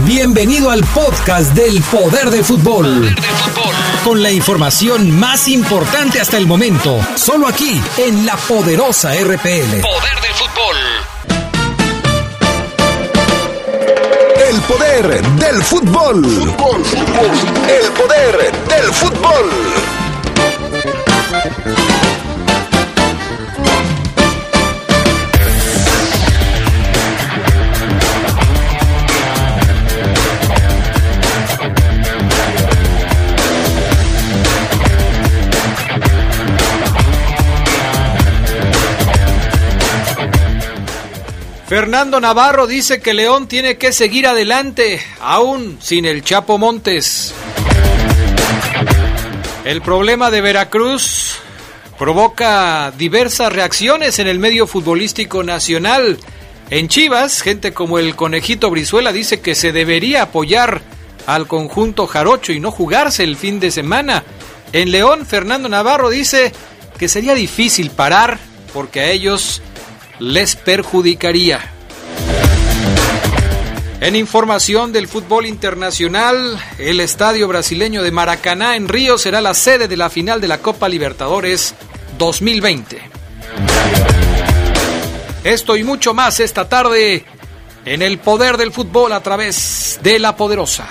Bienvenido al podcast del Poder del Fútbol. Con la información más importante hasta el momento, solo aquí en la poderosa RPL. Poder del Fútbol. El poder del fútbol. El poder del fútbol. Fernando Navarro dice que León tiene que seguir adelante, aún sin el Chapo Montes. El problema de Veracruz provoca diversas reacciones en el medio futbolístico nacional. En Chivas, gente como el Conejito Brizuela dice que se debería apoyar al conjunto jarocho y no jugarse el fin de semana. En León, Fernando Navarro dice que sería difícil parar porque a ellos les perjudicaría. En información del fútbol internacional, el estadio brasileño de Maracaná en Río será la sede de la final de la Copa Libertadores 2020. Esto y mucho más esta tarde en el Poder del Fútbol a través de La Poderosa.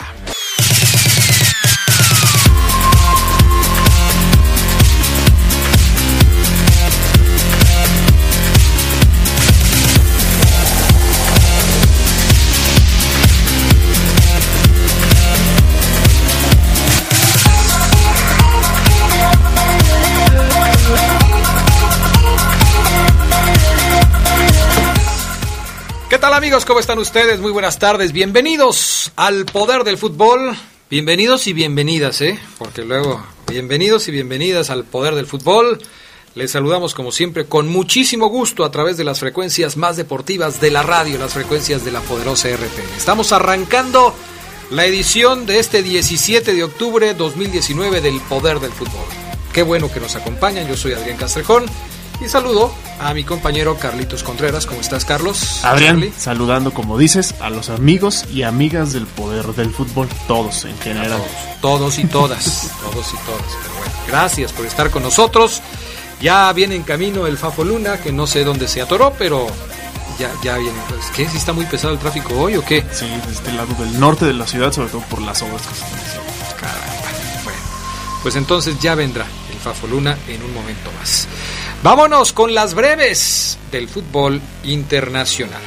¿Qué tal, amigos? ¿Cómo están ustedes? Muy buenas tardes. Bienvenidos al Poder del Fútbol. Bienvenidos y bienvenidas, porque luego, bienvenidos y bienvenidas al Poder del Fútbol. Les saludamos como siempre con muchísimo gusto a través de las frecuencias más deportivas de la radio, las frecuencias de la poderosa RPL. Estamos arrancando la edición de este 17 de octubre 2019 del Poder del Fútbol. Qué bueno que nos acompañan. Yo soy Adrián Castrejón. Y saludo a mi compañero Carlitos Contreras. ¿Cómo estás, Carlos? Adrián, Charlie. saludando, como dices, a los amigos y amigas del Poder del Fútbol, todos en general. Todos y todas, todos y todas. Pero bueno, gracias por estar con nosotros. Ya viene en camino el Fafo Luna, que no sé dónde se atoró, pero ya viene. ¿Qué? ¿Sí está muy pesado el tráfico hoy o qué? Sí, desde este lado del norte de la ciudad, sobre todo por las obras que se están haciendo. Caramba. Bueno, pues entonces ya vendrá el Fafo Luna en un momento más. Vámonos con las breves del fútbol internacional.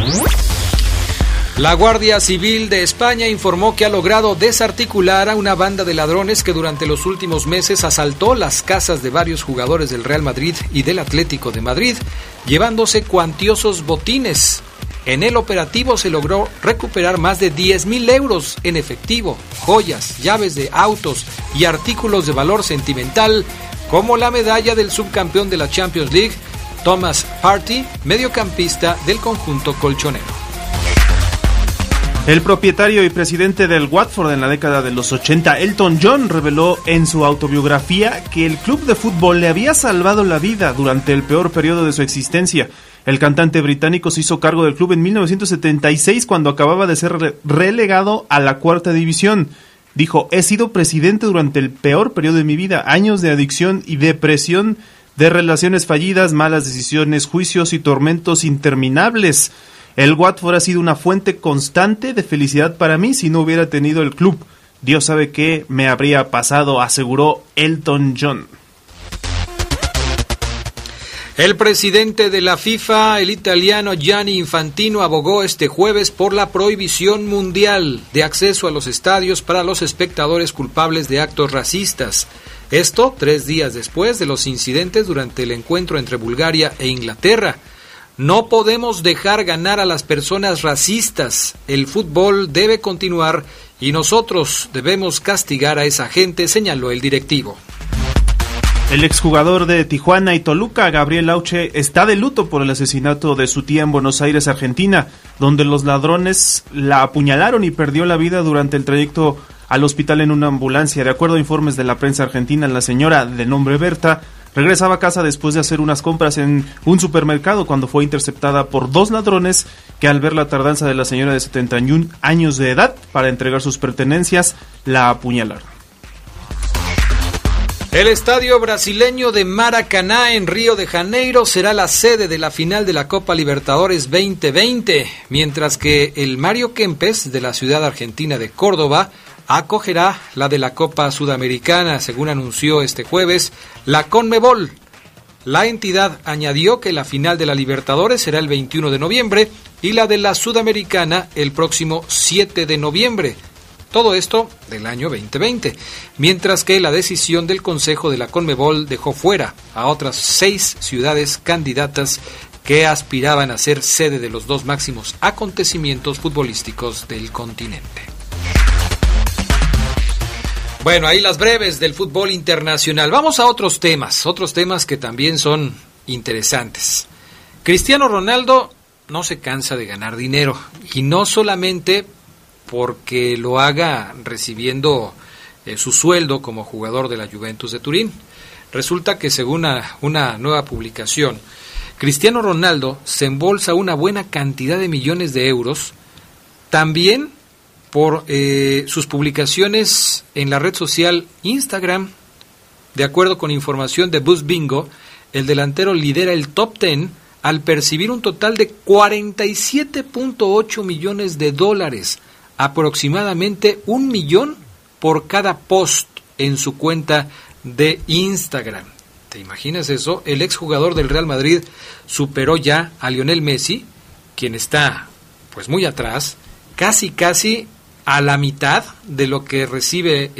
La Guardia Civil de España informó que ha logrado desarticular a una banda de ladrones que durante los últimos meses asaltó las casas de varios jugadores del Real Madrid y del Atlético de Madrid, llevándose cuantiosos botines. En el operativo se logró recuperar más de 10,000 euros en efectivo, joyas, llaves de autos y artículos de valor sentimental, como la medalla del subcampeón de la Champions League, Thomas Partey, mediocampista del conjunto colchonero. El propietario y presidente del Watford en la década de los 80, Elton John, reveló en su autobiografía que el club de fútbol le había salvado la vida durante el peor periodo de su existencia. El cantante británico se hizo cargo del club en 1976 cuando acababa de ser relegado a la cuarta división. Dijo: he sido presidente durante el peor periodo de mi vida, años de adicción y depresión, de relaciones fallidas, malas decisiones, juicios y tormentos interminables. El Watford ha sido una fuente constante de felicidad para mí si no hubiera tenido el club. Dios sabe qué me habría pasado, aseguró Elton John. El presidente de la FIFA, el italiano Gianni Infantino, abogó este jueves por la prohibición mundial de acceso a los estadios para los espectadores culpables de actos racistas. Esto 3 días después de los incidentes durante el encuentro entre Bulgaria e Inglaterra. No podemos dejar ganar a las personas racistas. El fútbol debe continuar y nosotros debemos castigar a esa gente, señaló el directivo. El exjugador de Tijuana y Toluca, Gabriel Auche, está de luto por el asesinato de su tía en Buenos Aires, Argentina, donde los ladrones la apuñalaron y perdió la vida durante el trayecto al hospital en una ambulancia. De acuerdo a informes de la prensa argentina, la señora, de nombre Berta, regresaba a casa después de hacer unas compras en un supermercado cuando fue interceptada por 2 ladrones que al ver la tardanza de la señora de 71 años de edad para entregar sus pertenencias, la apuñalaron. El estadio brasileño de Maracaná en Río de Janeiro será la sede de la final de la Copa Libertadores 2020, mientras que el Mario Kempes de la ciudad argentina de Córdoba acogerá la de la Copa Sudamericana, según anunció este jueves la Conmebol. La entidad añadió que la final de la Libertadores será el 21 de noviembre y la de la Sudamericana el próximo 7 de noviembre. Todo esto del año 2020, mientras que la decisión del Consejo de la Conmebol dejó fuera a otras 6 ciudades candidatas que aspiraban a ser sede de los 2 máximos acontecimientos futbolísticos del continente. Bueno, ahí las breves del fútbol internacional. Vamos a otros temas que también son interesantes. Cristiano Ronaldo no se cansa de ganar dinero, y no solamente porque lo haga recibiendo su sueldo como jugador de la Juventus de Turín. Resulta que según una nueva publicación, Cristiano Ronaldo se embolsa una buena cantidad de millones de euros, también por sus publicaciones en la red social Instagram. De acuerdo con información de Buzz Bingo, el delantero lidera el top 10 al percibir un total de 47.8 millones de dólares, aproximadamente 1 millón por cada post en su cuenta de Instagram. ¿Te imaginas eso? El exjugador del Real Madrid superó ya a Lionel Messi, quien está pues muy atrás, casi a la mitad de lo que recibe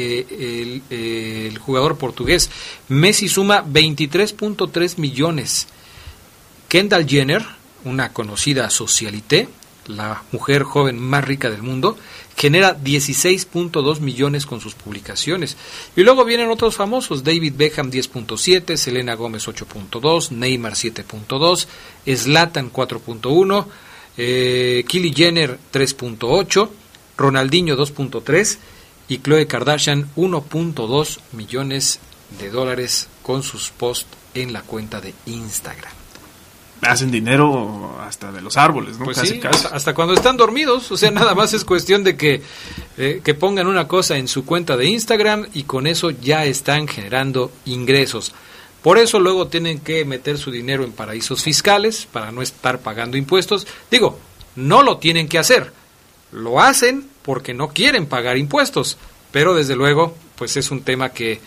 el jugador portugués. Messi suma 23.3 millones. Kendall Jenner, una conocida socialité, la mujer joven más rica del mundo, genera 16.2 millones con sus publicaciones. Y luego vienen otros famosos: David Beckham 10.7, Selena Gómez 8.2, Neymar 7.2, Zlatan 4.1, Kylie Jenner 3.8, Ronaldinho 2.3 y Khloe Kardashian 1.2 millones de dólares con sus posts en la cuenta de Instagram. Hacen dinero hasta de los árboles, ¿no? Pues casi. Hasta cuando están dormidos. O sea, nada más es cuestión de que pongan una cosa en su cuenta de Instagram y con eso ya están generando ingresos. Por eso luego tienen que meter su dinero en paraísos fiscales para no estar pagando impuestos. Digo, no lo tienen que hacer. Lo hacen porque no quieren pagar impuestos. Pero desde luego, pues es un tema que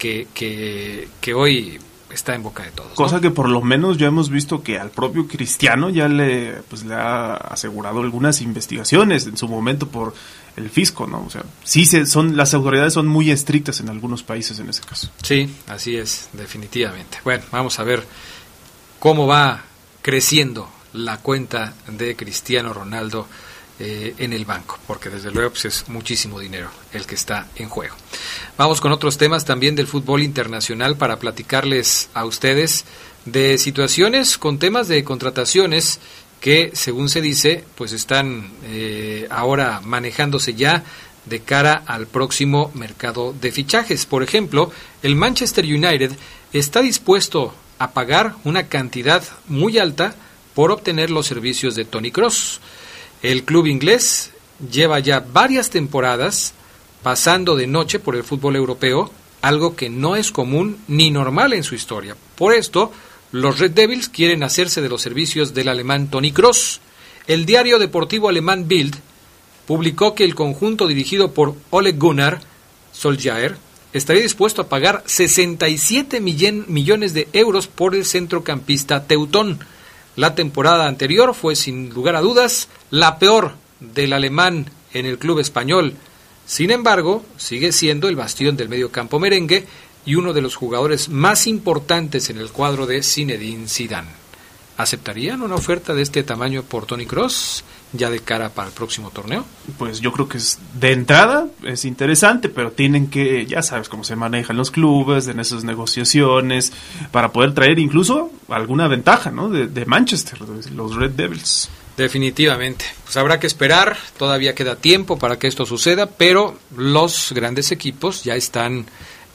hoy está en boca de todos, ¿no? Cosa que por lo menos ya hemos visto que al propio Cristiano ya le ha asegurado algunas investigaciones en su momento por el fisco, ¿no? O sea, sí las autoridades son muy estrictas en algunos países en ese caso. Sí, así es, definitivamente. Bueno, vamos a ver cómo va creciendo la cuenta de Cristiano Ronaldo en el banco, porque desde luego pues es muchísimo dinero el que está en juego. Vamos con otros temas también del fútbol internacional para platicarles a ustedes de situaciones con temas de contrataciones que, según se dice, pues están ahora manejándose ya de cara al próximo mercado de fichajes. Por ejemplo, el Manchester United está dispuesto a pagar una cantidad muy alta por obtener los servicios de Toni Kroos. El club inglés lleva ya varias temporadas pasando de noche por el fútbol europeo, algo que no es común ni normal en su historia. Por esto, los Red Devils quieren hacerse de los servicios del alemán Toni Kroos. El diario deportivo alemán Bild publicó que el conjunto dirigido por Ole Gunnar Solskjaer estaría dispuesto a pagar 67 millones de euros por el centrocampista teutón. La temporada anterior fue, sin lugar a dudas, la peor del alemán en el club español. Sin embargo, sigue siendo el bastión del mediocampo merengue y uno de los jugadores más importantes en el cuadro de Zinedine Zidane. ¿Aceptarían una oferta de este tamaño por Toni Kroos ya de cara para el próximo torneo? Pues yo creo que de entrada es interesante, pero tienen que, ya sabes cómo se manejan los clubes en esas negociaciones para poder traer incluso alguna ventaja, ¿no? de Manchester, de los Red Devils. Definitivamente, pues habrá que esperar, todavía queda tiempo para que esto suceda, pero los grandes equipos ya están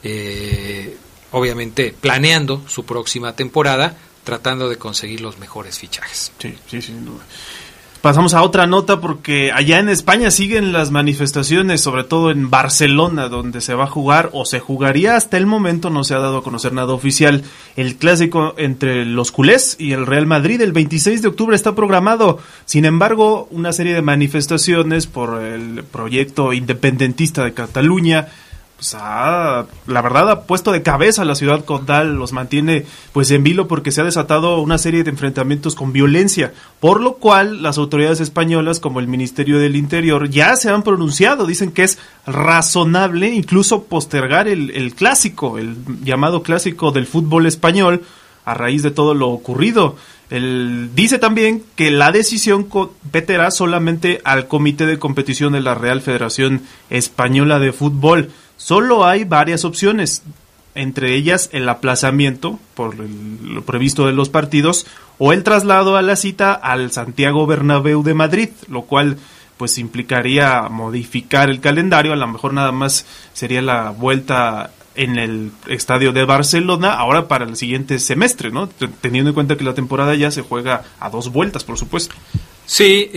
obviamente planeando su próxima temporada, tratando de conseguir los mejores fichajes. Sí, sin duda. Pasamos a otra nota porque allá en España siguen las manifestaciones, sobre todo en Barcelona, donde se va a jugar o se jugaría hasta el momento, no se ha dado a conocer nada oficial, el clásico entre los culés y el Real Madrid. El 26 de octubre está programado. Sin embargo, una serie de manifestaciones por el proyecto independentista de Cataluña pues la verdad ha puesto de cabeza a la ciudad condal, los mantiene pues en vilo porque se ha desatado una serie de enfrentamientos con violencia, por lo cual las autoridades españolas como el Ministerio del Interior ya se han pronunciado, dicen que es razonable incluso postergar el clásico, el llamado clásico del fútbol español a raíz de todo lo ocurrido. Dice también que la decisión competirá solamente al Comité de Competición de la Real Federación Española de Fútbol. Solo hay varias opciones, entre ellas el aplazamiento por lo previsto de los partidos o el traslado a la cita al Santiago Bernabéu de Madrid, lo cual pues implicaría modificar el calendario. A lo mejor nada más sería la vuelta en el estadio de Barcelona ahora para el siguiente semestre, ¿no? Teniendo en cuenta que la temporada ya se juega a 2 vueltas, por supuesto. Sí,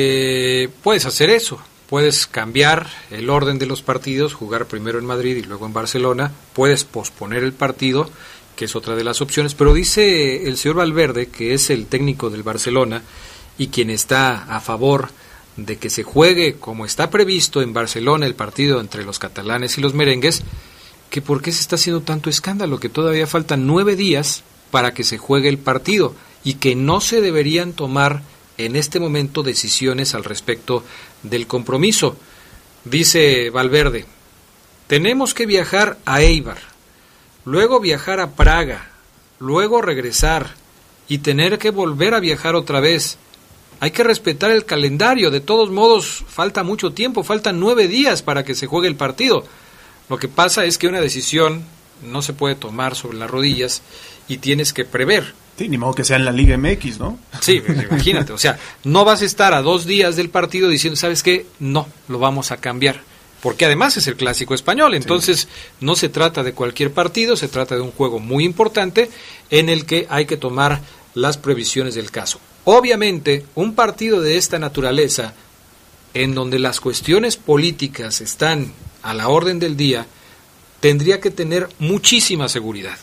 puedes hacer eso. Puedes cambiar el orden de los partidos, jugar primero en Madrid y luego en Barcelona. Puedes posponer el partido, que es otra de las opciones. Pero dice el señor Valverde, que es el técnico del Barcelona y quien está a favor de que se juegue como está previsto en Barcelona el partido entre los catalanes y los merengues, que por qué se está haciendo tanto escándalo, que todavía faltan 9 días para que se juegue el partido y que no se deberían tomar en este momento decisiones al respecto del compromiso. Dice Valverde, tenemos que viajar a Eibar, luego viajar a Praga, luego regresar y tener que volver a viajar otra vez. Hay que respetar el calendario, de todos modos falta mucho tiempo, faltan 9 días para que se juegue el partido. Lo que pasa es que una decisión no se puede tomar sobre las rodillas y tienes que prever. Sí, ni modo que sea en la Liga MX, ¿no? Sí, imagínate, o sea, no vas a estar a 2 días del partido diciendo, ¿sabes qué? No, lo vamos a cambiar, porque además es el clásico español, entonces no se trata de cualquier partido, se trata de un juego muy importante en el que hay que tomar las previsiones del caso. Obviamente, un partido de esta naturaleza, en donde las cuestiones políticas están a la orden del día, tendría que tener muchísima seguridad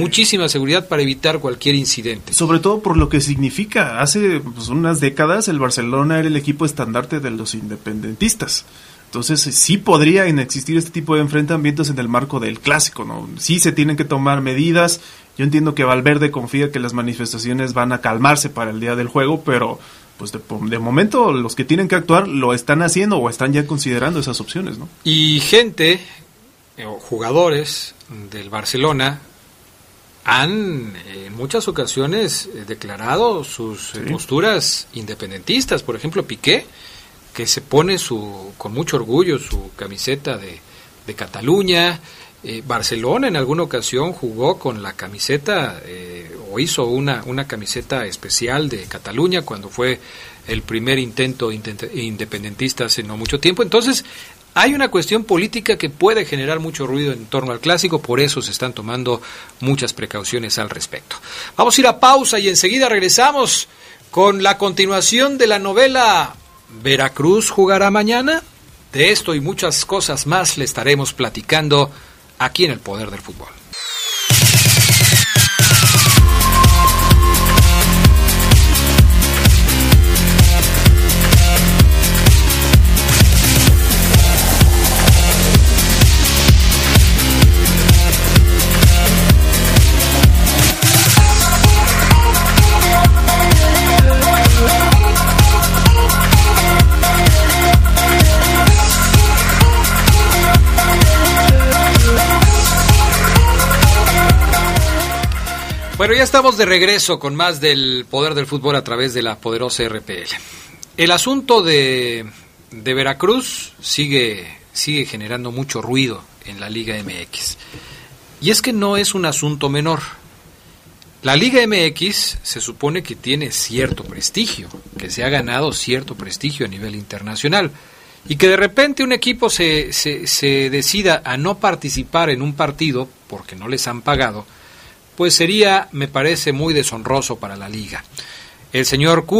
para evitar cualquier incidente. Sobre todo por lo que significa. Hace unas décadas el Barcelona era el equipo estandarte de los independentistas. Entonces sí podrían existir este tipo de enfrentamientos en el marco del clásico, ¿no? Sí se tienen que tomar medidas. Yo entiendo que Valverde confía que las manifestaciones van a calmarse para el día del juego, pero pues de momento los que tienen que actuar lo están haciendo o están ya considerando esas opciones, ¿no? Y gente, jugadores del Barcelona han en muchas ocasiones declarado sus posturas independentistas. Por ejemplo, Piqué, que se pone con mucho orgullo su camiseta de Cataluña. Barcelona en alguna ocasión jugó con la camiseta o hizo una camiseta especial de Cataluña cuando fue el primer intento independentista hace no mucho tiempo. Entonces hay una cuestión política que puede generar mucho ruido en torno al clásico, por eso se están tomando muchas precauciones al respecto. Vamos a ir a pausa y enseguida regresamos con la continuación de la novela ¿Veracruz jugará mañana? De esto y muchas cosas más le estaremos platicando aquí en El Poder del Fútbol. Bueno, ya estamos de regreso con más del Poder del Fútbol a través de la poderosa RPL. El asunto de Veracruz sigue generando mucho ruido en la Liga MX. Y es que no es un asunto menor. La Liga MX se supone que tiene cierto prestigio, que se ha ganado cierto prestigio a nivel internacional. Y que de repente un equipo se decida a no participar en un partido porque no les han pagado, pues sería, me parece, muy deshonroso para la liga. El señor Curi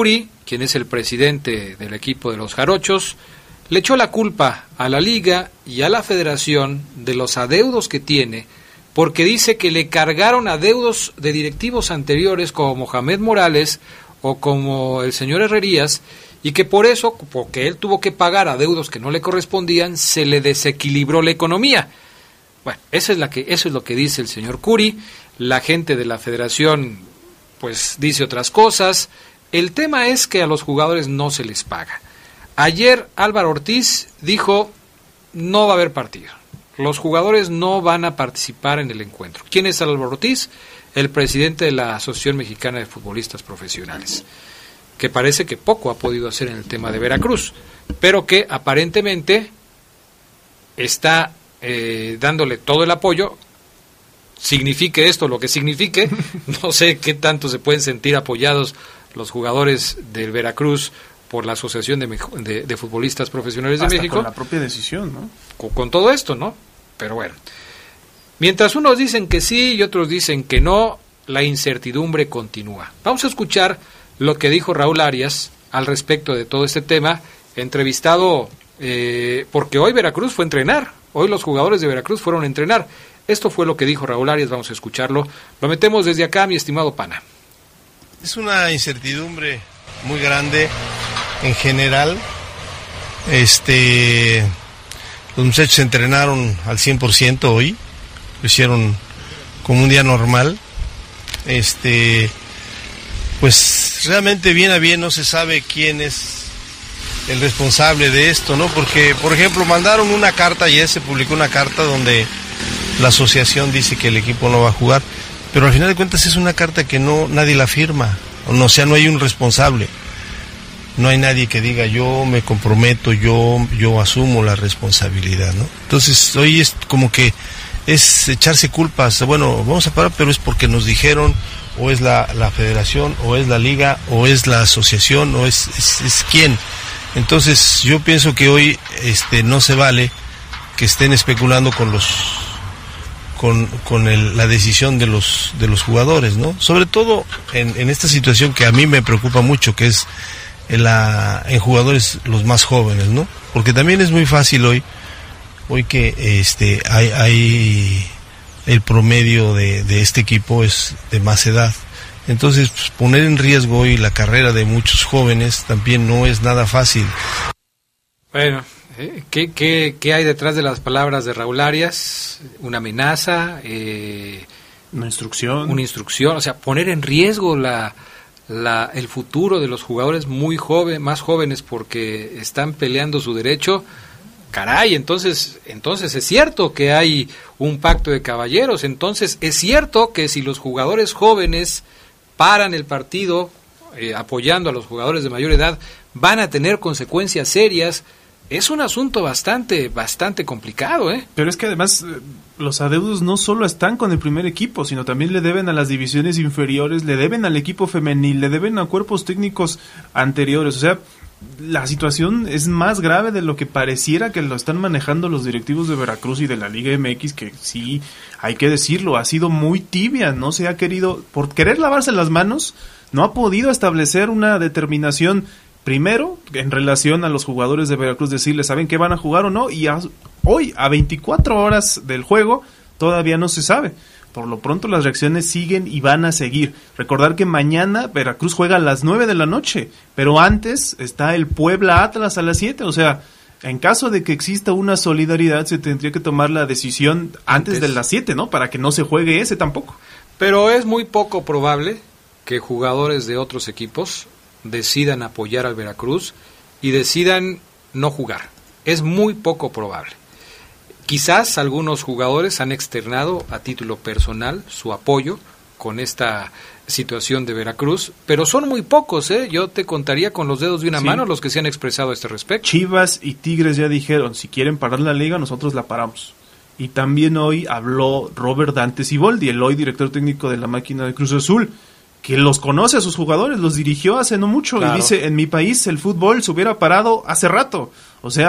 quien es el presidente del equipo de los Jarochos, le echó la culpa a la liga y a la federación de los adeudos que tiene, porque dice que le cargaron adeudos de directivos anteriores como Mohamed Morales o como el señor Herrerías, y que por eso, porque él tuvo que pagar adeudos que no le correspondían, se le desequilibró la economía. Bueno, eso es lo que dice el señor Curi. La gente de la federación pues dice otras cosas. El tema es que a los jugadores no se les paga. Ayer Álvaro Ortiz dijo: no va a haber partido, los jugadores no van a participar en el encuentro. ¿Quién es Álvaro Ortiz? El presidente de la Asociación Mexicana de Futbolistas Profesionales, que parece que poco ha podido hacer en el tema de Veracruz, pero que aparentemente está dándole todo el apoyo. Signifique esto lo que signifique, no sé qué tanto se pueden sentir apoyados los jugadores del Veracruz por la Asociación de Futbolistas Profesionales de México. Con la propia decisión, ¿no? Con todo esto, ¿no? Pero bueno, mientras unos dicen que sí y otros dicen que no, la incertidumbre continúa. Vamos a escuchar lo que dijo Raúl Arias al respecto de todo este tema, entrevistado porque hoy Veracruz fue a entrenar, hoy los jugadores de Veracruz fueron a entrenar. Esto fue lo que dijo Raúl Arias, vamos a escucharlo. Lo metemos desde acá, mi estimado pana. Es una incertidumbre muy grande en general. Los muchachos entrenaron al 100% hoy, lo hicieron como un día normal. Pues realmente bien a bien no se sabe quién es el responsable de esto, ¿no? Porque, por ejemplo, mandaron una carta, ayer se publicó una carta donde la asociación dice que el equipo no va a jugar, pero al final de cuentas es una carta que nadie la firma, o sea, no hay un responsable, no hay nadie que diga yo me comprometo, yo asumo la responsabilidad, ¿no? Entonces hoy es como que es echarse culpas, bueno, vamos a parar, pero es porque nos dijeron, o es la federación, o es la liga, o es la asociación, o es quién. Entonces yo pienso que hoy no se vale que estén especulando con la decisión de los jugadores, ¿no? Sobre todo en esta situación que a mí me preocupa mucho, que es en jugadores los más jóvenes, ¿no? Porque también es muy fácil hoy que hay el promedio de este equipo es de más edad. Entonces, pues, poner en riesgo hoy la carrera de muchos jóvenes también no es nada fácil. Bueno, ¿qué hay detrás de las palabras de Raúl Arias? ¿Una amenaza? ¿Una instrucción? Una instrucción, o sea, poner en riesgo el futuro de los jugadores más jóvenes porque están peleando su derecho. Caray, entonces es cierto que hay un pacto de caballeros, entonces es cierto que si los jugadores jóvenes paran el partido apoyando a los jugadores de mayor edad, van a tener consecuencias serias. Es un asunto bastante complicado, ¿eh? Pero es que además los adeudos no solo están con el primer equipo, sino también le deben a las divisiones inferiores, le deben al equipo femenil, le deben a cuerpos técnicos anteriores. O sea, la situación es más grave de lo que pareciera que lo están manejando los directivos de Veracruz y de la Liga MX, que sí, hay que decirlo, ha sido muy tibia, no se ha querido, por querer lavarse las manos, no ha podido establecer una determinación. Primero, en relación a los jugadores de Veracruz, decirles, ¿saben qué van a jugar o no? Y hoy, a 24 horas del juego, todavía no se sabe. Por lo pronto las reacciones siguen y van a seguir. Recordar que mañana Veracruz juega a las 9 de la noche, pero antes está el Puebla Atlas a las 7. O sea, en caso de que exista una solidaridad, se tendría que tomar la decisión antes de las 7, ¿no? Para que no se juegue ese tampoco. Pero es muy poco probable que jugadores de otros equipos decidan apoyar al Veracruz y decidan no jugar. Es muy poco probable. Quizás algunos jugadores han externado a título personal su apoyo con esta situación de Veracruz, pero son muy pocos, ¿eh? Yo te contaría con los dedos de una mano los que se han expresado a este respecto. Chivas y Tigres ya dijeron, si quieren parar la liga, nosotros la paramos. Y también hoy habló Robert Dante Siboldi, el hoy director técnico de la máquina de Cruz Azul, que los conoce a sus jugadores, los dirigió hace no mucho, claro. Y dice, en mi país el fútbol se hubiera parado hace rato. O sea,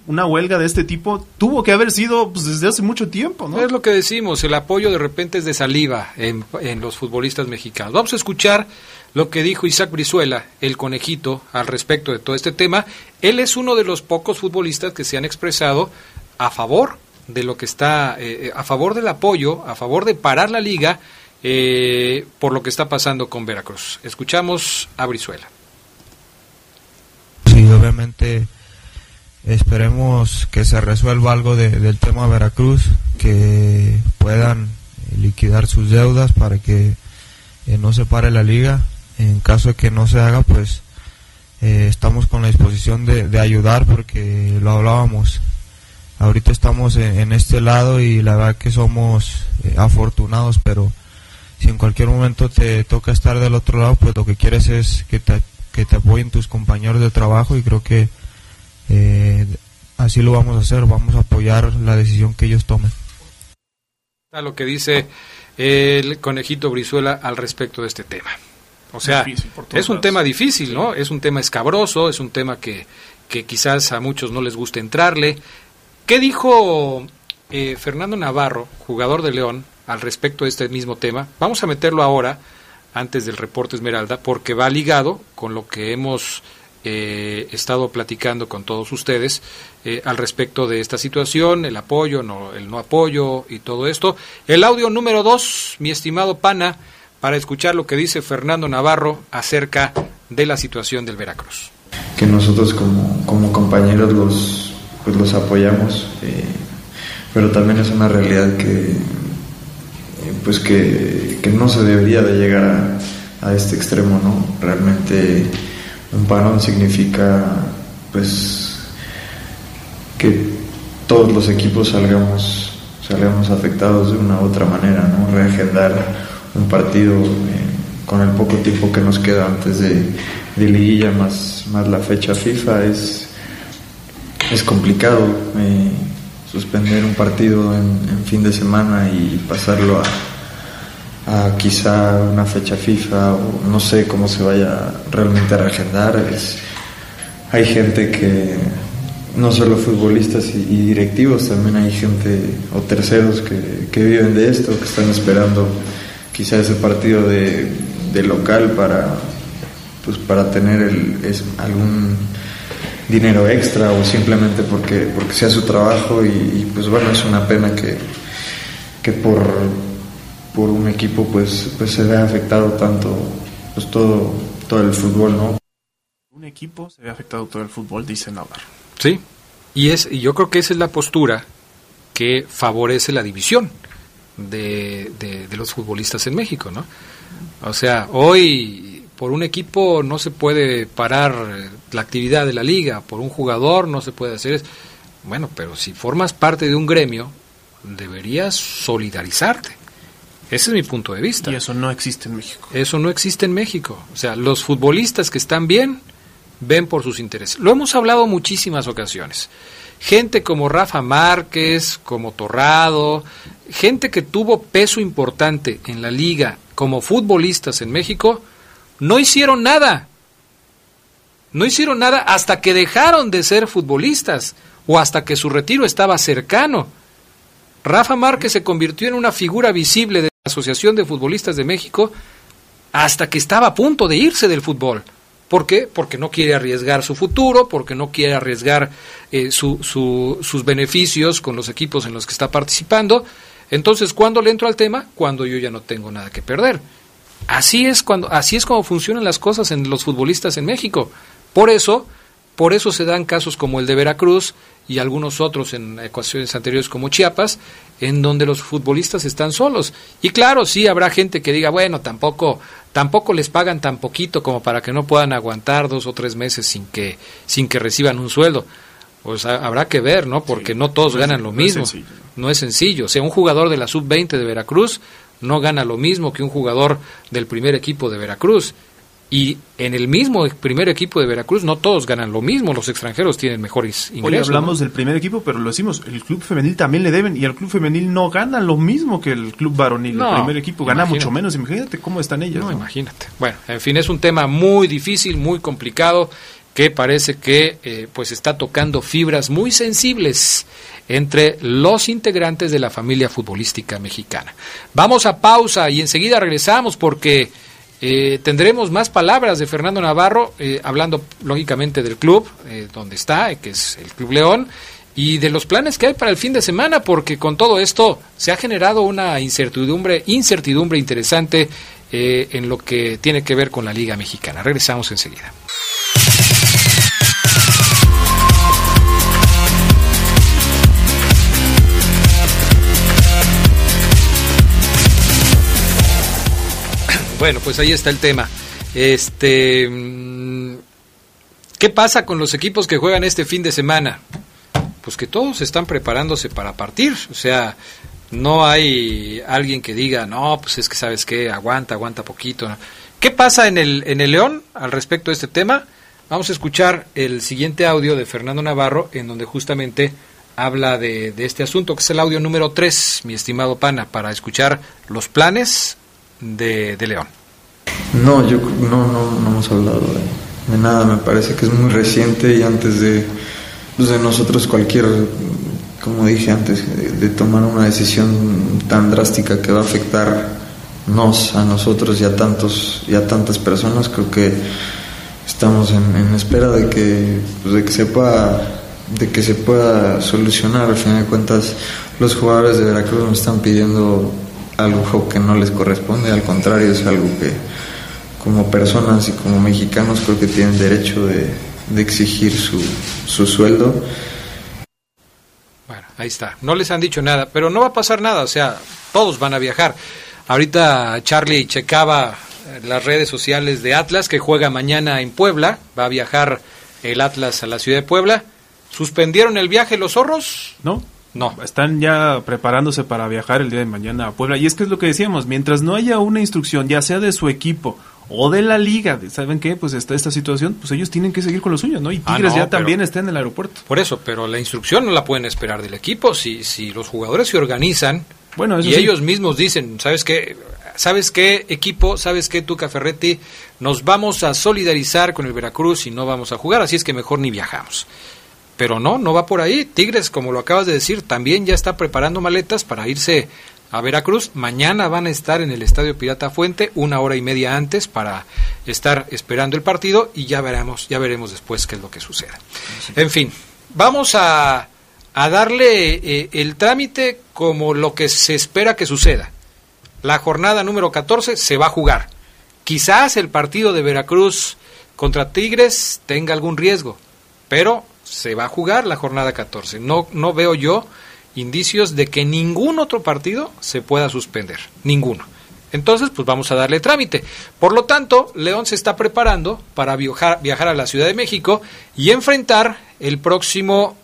una huelga de este tipo tuvo que haber sido pues, desde hace mucho tiempo, ¿no? Es lo que decimos, el apoyo de repente es de saliva en los futbolistas mexicanos. Vamos a escuchar lo que dijo Isaac Brizuela, el conejito, al respecto de todo este tema. Él es uno de los pocos futbolistas que se han expresado a favor de lo que está, a favor del apoyo, a favor de parar la liga por lo que está pasando con Veracruz. Escuchamos a Brizuela. Sí, obviamente esperemos que se resuelva algo del tema Veracruz, que puedan liquidar sus deudas para que no se pare la liga. En caso de que no se haga, pues estamos con la disposición de ayudar, porque lo hablábamos. Ahorita estamos en este lado y la verdad que somos afortunados, pero si en cualquier momento te toca estar del otro lado, pues lo que quieres es que te apoyen tus compañeros de trabajo, y creo que así lo vamos a hacer, vamos a apoyar la decisión que ellos tomen. A lo que dice el conejito Brizuela al respecto de este tema. O sea, es un tema difícil, ¿no? Es un tema escabroso, es un tema que quizás a muchos no les guste entrarle. ¿Qué dijo Fernando Navarro, jugador de León, al respecto de este mismo tema? Vamos a meterlo ahora, antes del reporte Esmeralda, porque va ligado con lo que hemos estado platicando con todos ustedes al respecto de esta situación, el apoyo, el no apoyo y todo esto. El audio número 2, mi estimado pana, para escuchar lo que dice Fernando Navarro acerca de la situación del Veracruz. Que nosotros como compañeros los apoyamos, pero también es una realidad que no se debería de llegar a este extremo, ¿no? Realmente un parón significa pues que todos los equipos salgamos afectados de una u otra manera, ¿no? Reagendar un partido con el poco tiempo que nos queda antes de liguilla más la fecha FIFA es complicado. Suspender un partido en fin de semana y pasarlo a quizá una fecha FIFA, o no sé cómo se vaya realmente a reagendar. Hay gente que, no solo futbolistas y directivos, también hay gente o terceros que viven de esto, que están esperando quizá ese partido de local para tener algún dinero extra, o simplemente porque sea su trabajo, y pues bueno, es una pena que por un equipo pues se vea afectado tanto pues todo el fútbol, ¿no? Un equipo se ve afectado todo el fútbol, dice Navarro. Sí, y yo creo que esa es la postura que favorece la división de los futbolistas en México, ¿no? O sea, hoy por un equipo no se puede parar la actividad de la liga, por un jugador no se puede hacer eso. Bueno, pero si formas parte de un gremio, deberías solidarizarte. Ese es mi punto de vista. Y eso no existe en México. Eso no existe en México. O sea, los futbolistas que están bien, ven por sus intereses. Lo hemos hablado muchísimas ocasiones. Gente como Rafa Márquez, como Torrado, gente que tuvo peso importante en la liga como futbolistas en México, no hicieron nada. No hicieron nada hasta que dejaron de ser futbolistas o hasta que su retiro estaba cercano. Rafa Márquez se convirtió en una figura visible de la Asociación de Futbolistas de México hasta que estaba a punto de irse del fútbol. ¿Por qué? Porque no quiere arriesgar su futuro, porque no quiere arriesgar sus beneficios con los equipos en los que está participando. Entonces, ¿cuándo le entro al tema? Cuando yo ya no tengo nada que perder. Así es como funcionan las cosas en los futbolistas en México. Por eso se dan casos como el de Veracruz y algunos otros en ocasiones anteriores como Chiapas, en donde los futbolistas están solos. Y claro, sí habrá gente que diga, bueno, tampoco les pagan tan poquito como para que no puedan aguantar 2 o 3 meses sin que reciban un sueldo. Pues habrá que ver, ¿no? Porque no todos ganan lo mismo. No es sencillo. O sea, un jugador de la sub-20 de Veracruz no gana lo mismo que un jugador del primer equipo de Veracruz. Y en el mismo primer equipo de Veracruz no todos ganan lo mismo, los extranjeros tienen mejores ingresos. Hoy hablamos del primer equipo, pero lo decimos, el club femenil también le deben, y el club femenil no gana lo mismo que el club varonil. El primer equipo gana mucho menos, imagínate cómo están ellas. No, imagínate. Bueno, en fin, es un tema muy difícil, muy complicado, que parece que pues está tocando fibras muy sensibles entre los integrantes de la familia futbolística mexicana. Vamos a pausa y enseguida regresamos porque tendremos más palabras de Fernando Navarro, hablando lógicamente del club donde está, que es el Club León, y de los planes que hay para el fin de semana, porque con todo esto se ha generado una incertidumbre interesante en lo que tiene que ver con la Liga Mexicana. Regresamos enseguida. Bueno, pues ahí está el tema. ¿Qué pasa con los equipos que juegan este fin de semana? Pues que todos están preparándose para partir. O sea, no hay alguien que diga, no, pues es que sabes qué, aguanta poquito, ¿no? ¿Qué pasa en el León al respecto de este tema? Vamos a escuchar el siguiente audio de Fernando Navarro, en donde justamente habla de este asunto, que es el audio número 3, mi estimado pana, para escuchar los planes de León. No, no hemos hablado de nada. Me parece que es muy reciente y antes de nosotros como dije antes, de tomar una decisión tan drástica que va a afectarnos a nosotros y a tantas personas, creo que estamos en espera de que se pueda solucionar. Al final de cuentas, los jugadores de Veracruz me están pidiendo algo que no les corresponde, al contrario, es algo que como personas y como mexicanos creo que tienen derecho de exigir su sueldo. Bueno, ahí está, no les han dicho nada, pero no va a pasar nada, o sea, todos van a viajar. Ahorita Charlie checaba las redes sociales de Atlas, que juega mañana en Puebla, va a viajar el Atlas a la ciudad de Puebla. ¿Suspendieron el viaje los zorros? No, están ya preparándose para viajar el día de mañana a Puebla. Y es que es lo que decíamos, mientras no haya una instrucción, ya sea de su equipo o de la liga, ¿saben qué? Pues está esta situación, pues ellos tienen que seguir con lo suyo, ¿no? Y Tigres también está en el aeropuerto. Por eso, pero la instrucción no la pueden esperar del equipo. Si los jugadores se organizan, bueno, y sí, ellos mismos dicen, ¿sabes qué equipo? ¿Sabes qué, Tuca Ferretti? Nos vamos a solidarizar con el Veracruz y no vamos a jugar, así es que mejor ni viajamos. Pero no va por ahí. Tigres, como lo acabas de decir, también ya está preparando maletas para irse a Veracruz. Mañana van a estar en el Estadio Pirata Fuente 1 hora y media antes para estar esperando el partido y ya veremos después qué es lo que suceda. Sí. En fin, vamos a darle el trámite como lo que se espera que suceda. La jornada número 14 se va a jugar. Quizás el partido de Veracruz contra Tigres tenga algún riesgo, pero se va a jugar la jornada 14. No veo yo indicios de que ningún otro partido se pueda suspender. Ninguno. Entonces, pues vamos a darle trámite. Por lo tanto, León se está preparando para viajar a la Ciudad de México y enfrentar el próximo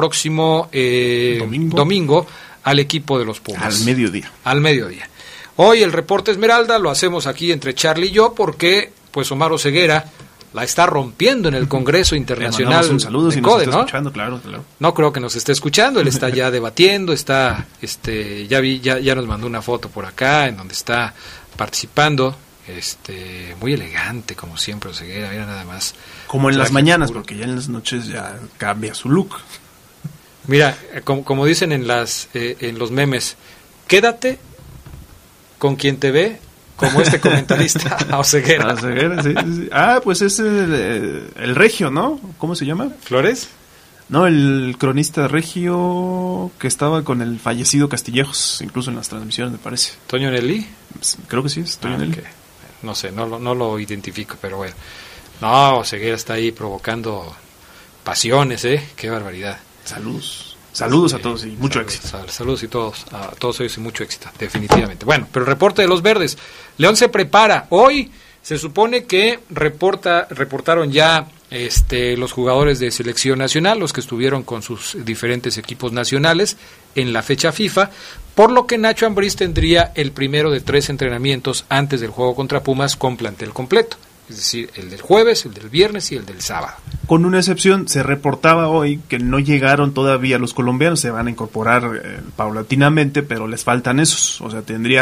domingo al equipo de los Pumas. Al mediodía. Hoy el reporte Esmeralda lo hacemos aquí entre Charlie y yo porque pues Omar Oseguera la está rompiendo en el Congreso Internacional un saludo de CODE, ¿no? Escuchando, claro. No creo que nos esté escuchando, él está ya debatiendo, ya nos mandó una foto por acá en donde está participando, muy elegante como siempre Oseguera, mira nada más. Como en las mañanas, porque ya en las noches ya cambia su look. Mira, como dicen en los memes, quédate con quien te ve como este comentarista, Oseguera. Sí. Ah, pues es el regio, ¿no? ¿Cómo se llama? ¿Flores? No, el cronista regio que estaba con el fallecido Castillejos, incluso en las transmisiones, me parece. ¿Toño Nelly? Creo que sí, es Toño Nelly. Okay. No sé, no lo identifico, pero bueno. No, Oseguera está ahí provocando pasiones, Qué barbaridad. Saludos a todos y mucho éxito. Saludos a todos ellos y mucho éxito, definitivamente. Bueno, pero el reporte de los verdes. León se prepara. Hoy se supone que reportaron ya los jugadores de selección nacional, los que estuvieron con sus diferentes equipos nacionales en la fecha FIFA, por lo que Nacho Ambriz tendría el primero de 3 entrenamientos antes del juego contra Pumas con plantel completo. Es decir, el del jueves, el del viernes y el del sábado. Con una excepción, se reportaba hoy que no llegaron todavía los colombianos, se van a incorporar paulatinamente, pero les faltan esos. O sea, tendría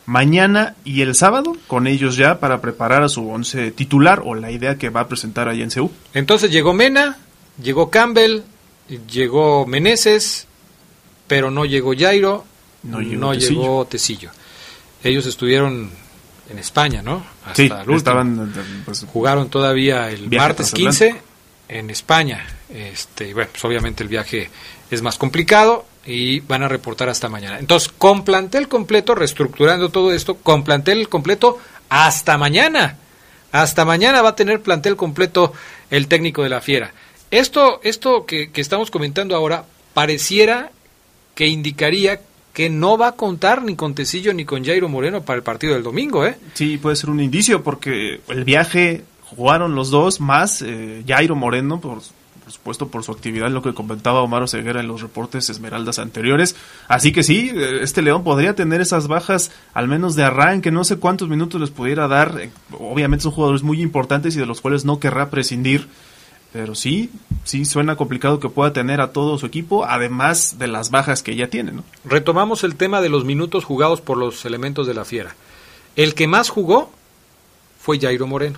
mañana y el sábado con ellos ya para preparar a su once titular o la idea que va a presentar allá en CU. Entonces llegó Mena, llegó Campbell, llegó Meneses, pero no llegó Jairo, no llegó Tecillo. Ellos estuvieron en España, ¿no? Hasta el último. Estaban, pues, jugaron todavía el martes 15 en España. Y bueno, pues obviamente el viaje es más complicado y van a reportar hasta mañana. Entonces, con plantel completo, reestructurando todo esto, con plantel completo hasta mañana. Hasta mañana va a tener plantel completo el técnico de la Fiera. Esto que estamos comentando ahora pareciera que indicaría que no va a contar ni con Tecillo ni con Jairo Moreno para el partido del domingo, ¿eh? Sí, puede ser un indicio, porque el viaje jugaron los dos, más Jairo Moreno, por supuesto por su actividad, lo que comentaba Omar Oseguera en los reportes Esmeraldas anteriores. Así que sí, este León podría tener esas bajas, al menos de arranque, no sé cuántos minutos les pudiera dar. Obviamente son jugadores muy importantes y de los cuales no querrá prescindir. Pero sí suena complicado que pueda tener a todo su equipo, además de las bajas que ya tiene, ¿no? Retomamos el tema de los minutos jugados por los elementos de la Fiera. El que más jugó fue Jairo Moreno,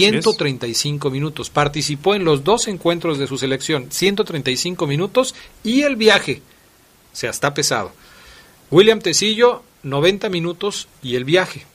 135 minutos. Participó en los 2 encuentros de su selección, 135 minutos, y el viaje, o sea, está pesado. William Tecillo, 90 minutos y el viaje.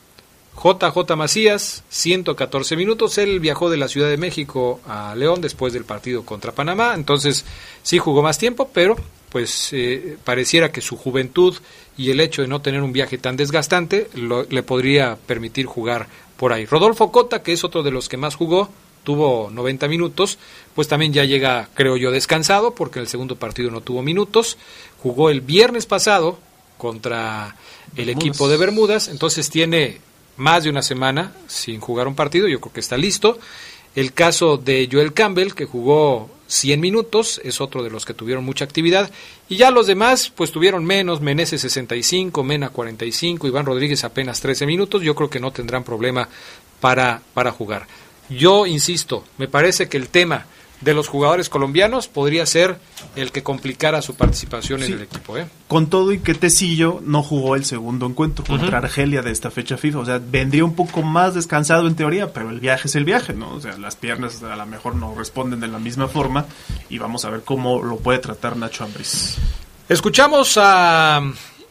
JJ Macías, 114 minutos. Él viajó de la Ciudad de México a León después del partido contra Panamá, entonces sí jugó más tiempo, pero pues pareciera que su juventud y el hecho de no tener un viaje tan desgastante le podría permitir jugar por ahí. Rodolfo Cota, que es otro de los que más jugó, tuvo 90 minutos, pues también ya llega, creo yo, descansado, porque en el segundo partido no tuvo minutos. Jugó el viernes pasado contra el equipo de Bermudas, entonces tiene más de una semana sin jugar un partido, yo creo que está listo. El caso de Joel Campbell, que jugó 100 minutos, es otro de los que tuvieron mucha actividad, y ya los demás pues tuvieron menos. Meneses 65, Mena 45, Iván Rodríguez apenas 13 minutos, yo creo que no tendrán problema para jugar. Yo insisto, me parece que el tema de los jugadores colombianos podría ser el que complicara su participación en el equipo, ¿eh? Con todo y que Tecillo no jugó el segundo encuentro contra Argelia de esta fecha FIFA, o sea, vendría un poco más descansado en teoría, pero el viaje es el viaje, ¿no? O sea, las piernas a lo mejor no responden de la misma forma, y vamos a ver cómo lo puede tratar Nacho Ambriz. Escuchamos a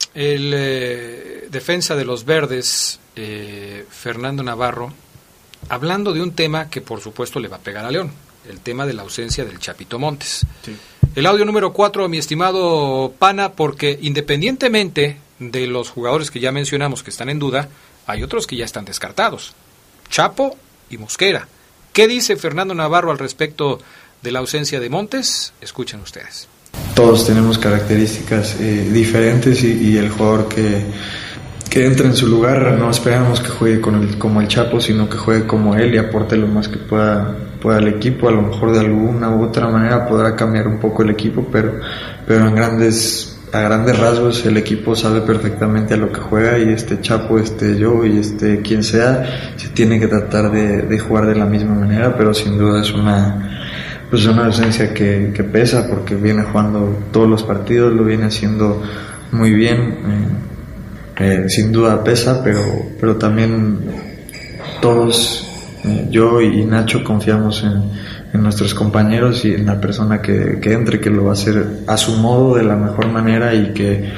el defensa de los Verdes, Fernando Navarro, hablando de un tema que por supuesto le va a pegar a León, el tema de la ausencia del Chapito Montes. Sí. El audio número 4, mi estimado Pana, porque independientemente de los jugadores que ya mencionamos que están en duda, hay otros que ya están descartados. Chapo y Mosquera. ¿Qué dice Fernando Navarro al respecto de la ausencia de Montes? Escuchen ustedes. Todos tenemos características diferentes y el jugador que entre en su lugar, no esperamos que juegue como el Chapo, sino que juegue como él y aporte lo más que pueda al equipo. A lo mejor de alguna u otra manera podrá cambiar un poco el equipo, pero a grandes rasgos el equipo sabe perfectamente a lo que juega, y Chapo, yo y quien sea, se tiene que tratar de jugar de la misma manera, pero sin duda es una ausencia que pesa, porque viene jugando todos los partidos, lo viene haciendo muy bien. Sin duda pesa, pero también todos, yo y Nacho, confiamos en nuestros compañeros y en la persona que entre, que lo va a hacer a su modo, de la mejor manera, y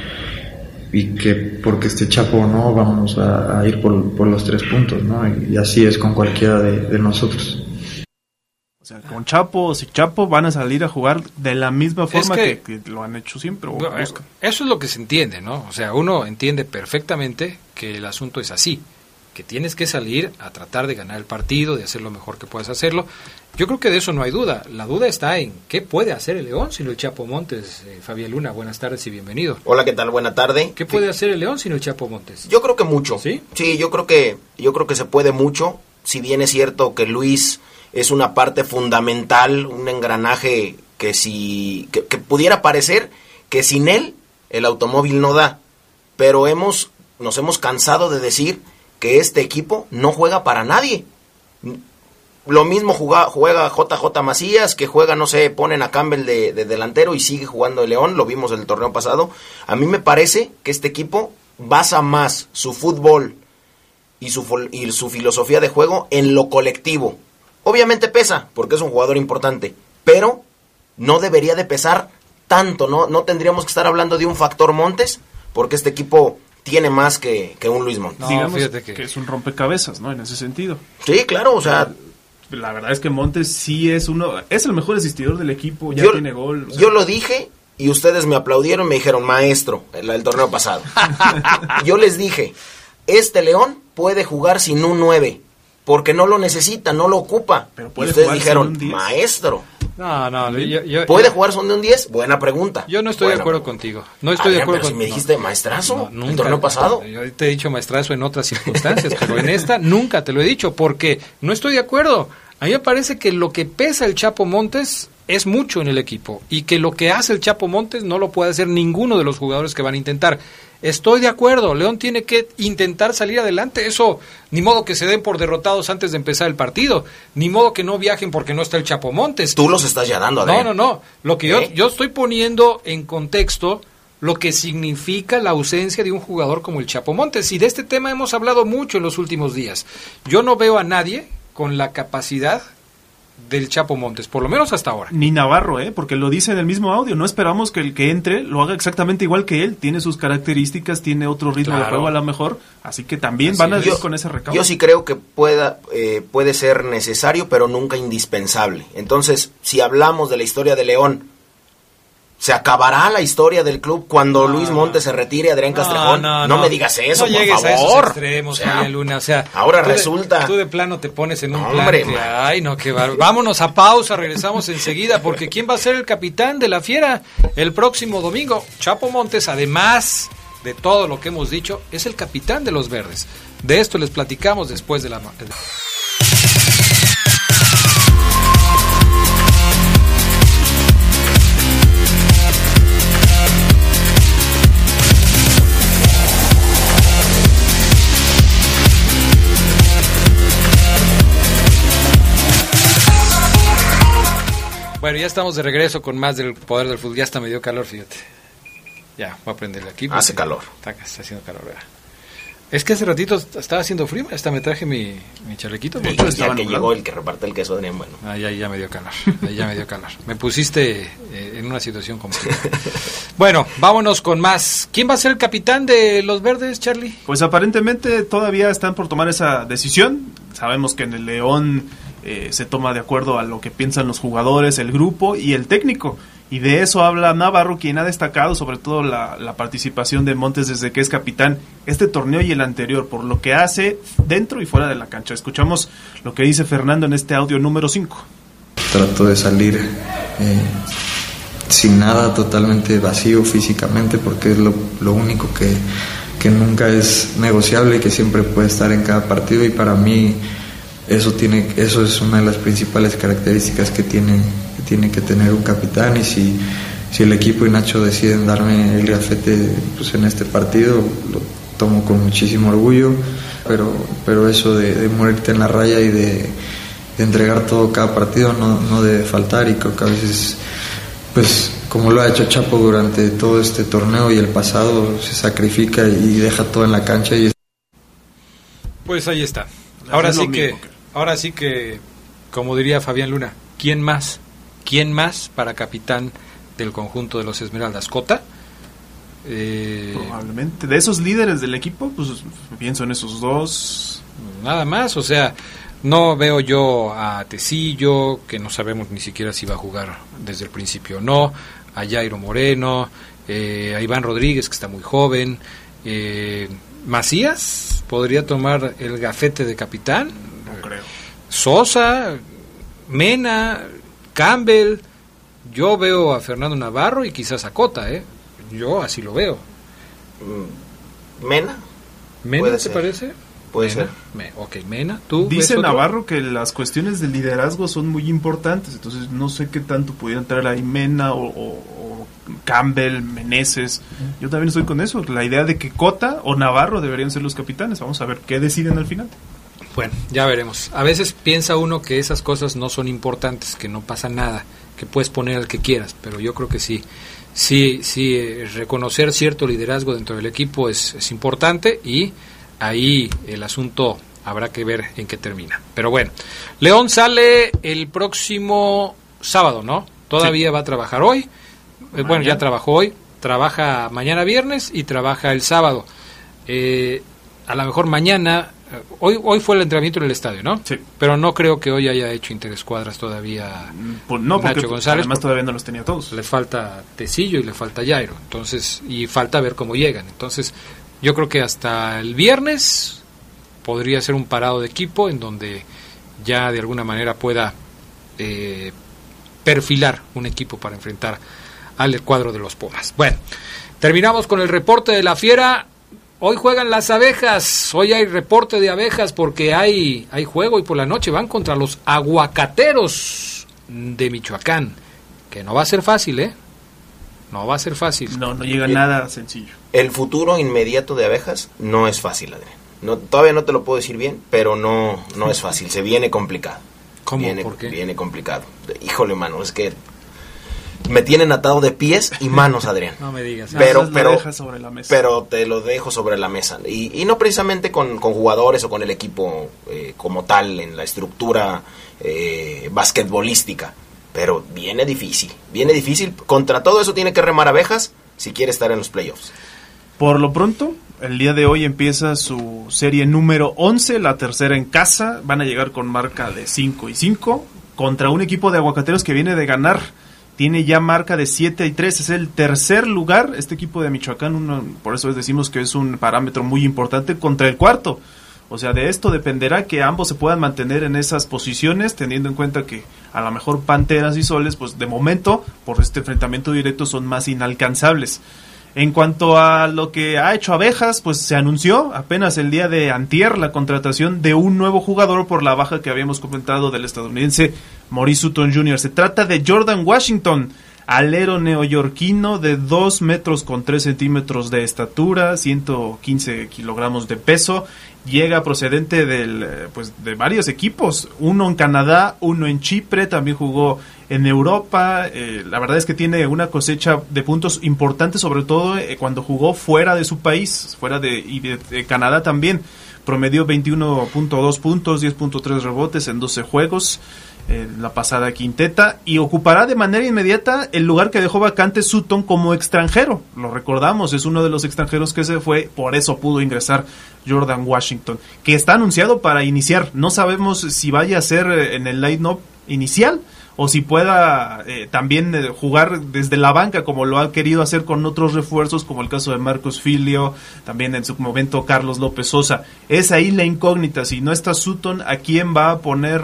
que porque Chapo o no, vamos a ir por los 3 puntos, ¿no? Y así es con cualquiera de nosotros. O sea, con Chapo o sin Chapo van a salir a jugar de la misma forma que lo han hecho siempre. Eso es lo que se entiende, ¿no? O sea, uno entiende perfectamente que el asunto es así, que tienes que salir a tratar de ganar el partido, de hacer lo mejor que puedas hacerlo. Yo creo que de eso no hay duda. La duda está en qué puede hacer el León sin el Chapo Montes. Fabián Luna, buenas tardes y bienvenido. Hola, ¿qué tal? Buena tarde. ¿Qué puede hacer el León sin el Chapo Montes? Yo creo que mucho. ¿Sí? Sí, yo creo que se puede mucho. Si bien es cierto que Luis es una parte fundamental, un engranaje que pudiera parecer que sin él el automóvil no da, pero nos hemos cansado de decir que este equipo no juega para nadie. Lo mismo juega JJ Macías, que juega, no sé, ponen a Campbell de delantero y sigue jugando el León, lo vimos en el torneo pasado. A mí me parece que este equipo basa más su fútbol y su filosofía de juego en lo colectivo. Obviamente pesa, porque es un jugador importante, pero no debería de pesar tanto, no tendríamos que estar hablando de un factor Montes, porque este equipo tiene más que un Luis Montes. No, digamos que es un rompecabezas, ¿no? En ese sentido. Sí, claro, o sea... La verdad es que Montes sí es el mejor asistidor del equipo, tiene gol. O sea. Yo lo dije y ustedes me aplaudieron y me dijeron, maestro, el torneo pasado. Yo les dije, este León puede jugar sin un 9, porque no lo necesita, no lo ocupa. Pero y ustedes dijeron, maestro. ¿Puede jugar son de un 10? Buena pregunta. Yo no estoy de acuerdo contigo. No estoy de acuerdo pero si me dijiste maestrazo, el torneo pasado. Yo te he dicho maestrazo en otras circunstancias, pero en esta nunca te lo he dicho, porque no estoy de acuerdo. A mí me parece que lo que pesa el Chapo Montes es mucho en el equipo, y que lo que hace el Chapo Montes no lo puede hacer ninguno de los jugadores que van a intentar. Estoy de acuerdo, León tiene que intentar salir adelante, eso ni modo que se den por derrotados antes de empezar el partido, ni modo que no viajen porque no está el Chapo Montes. Tú los estás ya dando, No, lo que yo estoy poniendo en contexto lo que significa la ausencia de un jugador como el Chapo Montes, y de este tema hemos hablado mucho en los últimos días. Yo no veo a nadie con la capacidad del Chapo Montes, por lo menos hasta ahora. Ni Navarro, porque lo dice en el mismo audio, no esperamos que el que entre lo haga exactamente igual que él, tiene sus características, tiene otro ritmo de juego a lo mejor, así que también van a ir con ese recaudo. Yo sí creo que puede ser necesario, pero nunca indispensable. Entonces, si hablamos de la historia de León, ¿se acabará la historia del club cuando Luis Montes se retire, Adrián Castrejón? No me digas eso, por llegues favor. A esos extremos, Fabián Luna. Ahora resulta... Tú de plano te pones en un plan que... Ay, no, qué bárbaro. Vámonos a pausa, regresamos enseguida, porque ¿quién va a ser el capitán de la Fiera el próximo domingo? Chapo Montes, además de todo lo que hemos dicho, es el capitán de los verdes. De esto les platicamos después de la... Bueno, ya estamos de regreso con más del poder del fútbol. Ya hasta me dio calor, fíjate. Ya, voy a prenderle aquí. Hace calor. Está haciendo calor, ¿verdad? Es que hace ratito estaba haciendo frío, hasta me traje mi chalequito. Ya que llegó el que reparte el queso, Adrián, bueno. Ya me dio calor, Me pusiste en una situación complicada. Bueno, vámonos con más. ¿Quién va a ser el capitán de los verdes, Charlie? Pues aparentemente todavía están por tomar esa decisión. Sabemos que en el León se toma de acuerdo a lo que piensan los jugadores, el grupo y el técnico. Y de eso habla Navarro, quien ha destacado sobre todo la participación de Montes desde que es capitán este torneo y el anterior, por lo que hace dentro y fuera de la cancha. Escuchamos lo que dice Fernando en este audio número 5. Trato de salir sin nada, totalmente vacío físicamente, porque es lo único que nunca es negociable y que siempre puede estar en cada partido, y para mí eso es una de las principales características que tiene que tener un capitán. Y si el equipo y Nacho deciden darme el gafete pues en este partido, lo tomo con muchísimo orgullo, pero eso de morirte en la raya y de entregar todo cada partido no debe faltar, y creo que a veces, pues como lo ha hecho Chapo durante todo este torneo y el pasado, se sacrifica y deja todo en la cancha. Pues ahí está. Ahora sí que, como diría Fabián Luna, ¿quién más para capitán del conjunto de los Esmeraldas? ¿Cota? Probablemente. De esos líderes del equipo, pues pienso en esos dos. Nada más, o sea, no veo yo a Tecillo, que no sabemos ni siquiera si va a jugar desde el principio o no, a Jairo Moreno, a Iván Rodríguez, que está muy joven, Macías podría tomar el gafete de capitán. No creo. Sosa, Mena, Campbell. Yo veo a Fernando Navarro y quizás a Cota, yo así lo veo. ¿Mena? ¿Mena te parece? Puede ser. Mena, ¿tú dice ves Navarro que las cuestiones de liderazgo son muy importantes, entonces no sé qué tanto pudiera entrar ahí Mena o Campbell, Meneses. Yo también estoy con eso, la idea de que Cota o Navarro deberían ser los capitanes. Vamos a ver qué deciden al final. Bueno, ya veremos. A veces piensa uno que esas cosas no son importantes, que no pasa nada, que puedes poner al que quieras, pero yo creo que sí, reconocer cierto liderazgo dentro del equipo es importante, y ahí el asunto habrá que ver en qué termina. Pero bueno, León sale el próximo sábado, ¿no? Todavía va a trabajar hoy, bueno, ya trabajó hoy, trabaja mañana viernes y trabaja el sábado. A lo mejor mañana, hoy fue el entrenamiento en el estadio, ¿no? Sí. Pero no creo que hoy haya hecho interescuadras todavía. Pues no, porque Nacho González, además todavía no los tenía todos. Le falta Tecillo y le falta Jairo, entonces, y falta ver cómo llegan. Entonces, yo creo que hasta el viernes podría ser un parado de equipo en donde ya de alguna manera pueda perfilar un equipo para enfrentar al cuadro de los Pumas. Bueno, terminamos con el reporte de la Fiera. Hoy juegan las Abejas, hoy hay reporte de Abejas porque hay juego, y por la noche van contra los Aguacateros de Michoacán, que no va a ser fácil, no va a ser fácil. No llega nada sencillo. El futuro inmediato de Abejas no es fácil, Adrián. Todavía no te lo puedo decir bien, pero no es fácil, se viene complicado. ¿Cómo? ¿Por qué? Viene complicado. Híjole, mano, es que me tienen atado de pies y manos, Adrián. No me digas. Pero te lo dejo sobre la mesa. Y no precisamente con jugadores o con el equipo como tal, en la estructura basquetbolística. Pero viene difícil. Contra todo eso tiene que remar Abejas si quiere estar en los playoffs. Por lo pronto, el día de hoy empieza su serie número 11, la tercera en casa. Van a llegar con marca de 5-5 contra un equipo de Aguacateros que viene de ganar. Tiene ya marca de 7-3, es el tercer lugar, este equipo de Michoacán, por eso decimos que es un parámetro muy importante contra el cuarto. O sea, de esto dependerá que ambos se puedan mantener en esas posiciones, teniendo en cuenta que a lo mejor Panteras y Soles, pues de momento, por este enfrentamiento directo, son más inalcanzables. En cuanto a lo que ha hecho Abejas, pues se anunció apenas el día de antier la contratación de un nuevo jugador por la baja que habíamos comentado del estadounidense Maurice Sutton Jr. Se trata de Jordan Washington, alero neoyorquino de 2 metros con 3 centímetros de estatura, 115 kilogramos de peso. Llega procedente de varios equipos, uno en Canadá, uno en Chipre, también jugó en Europa. La verdad es que tiene una cosecha de puntos importantes, sobre todo cuando jugó fuera de su país, de Canadá también. Promedió 21.2 puntos, 10.3 rebotes en 12 juegos. La pasada quinteta, y ocupará de manera inmediata el lugar que dejó vacante Sutton como extranjero. Lo recordamos, es uno de los extranjeros que se fue, por eso pudo ingresar Jordan Washington, que está anunciado para iniciar. No sabemos si vaya a ser en el line-up inicial o si pueda también jugar desde la banca, como lo ha querido hacer con otros refuerzos, como el caso de Marcos Filio, también en su momento Carlos López Sosa. Es ahí la incógnita, si no está Sutton, ¿a quién va a poner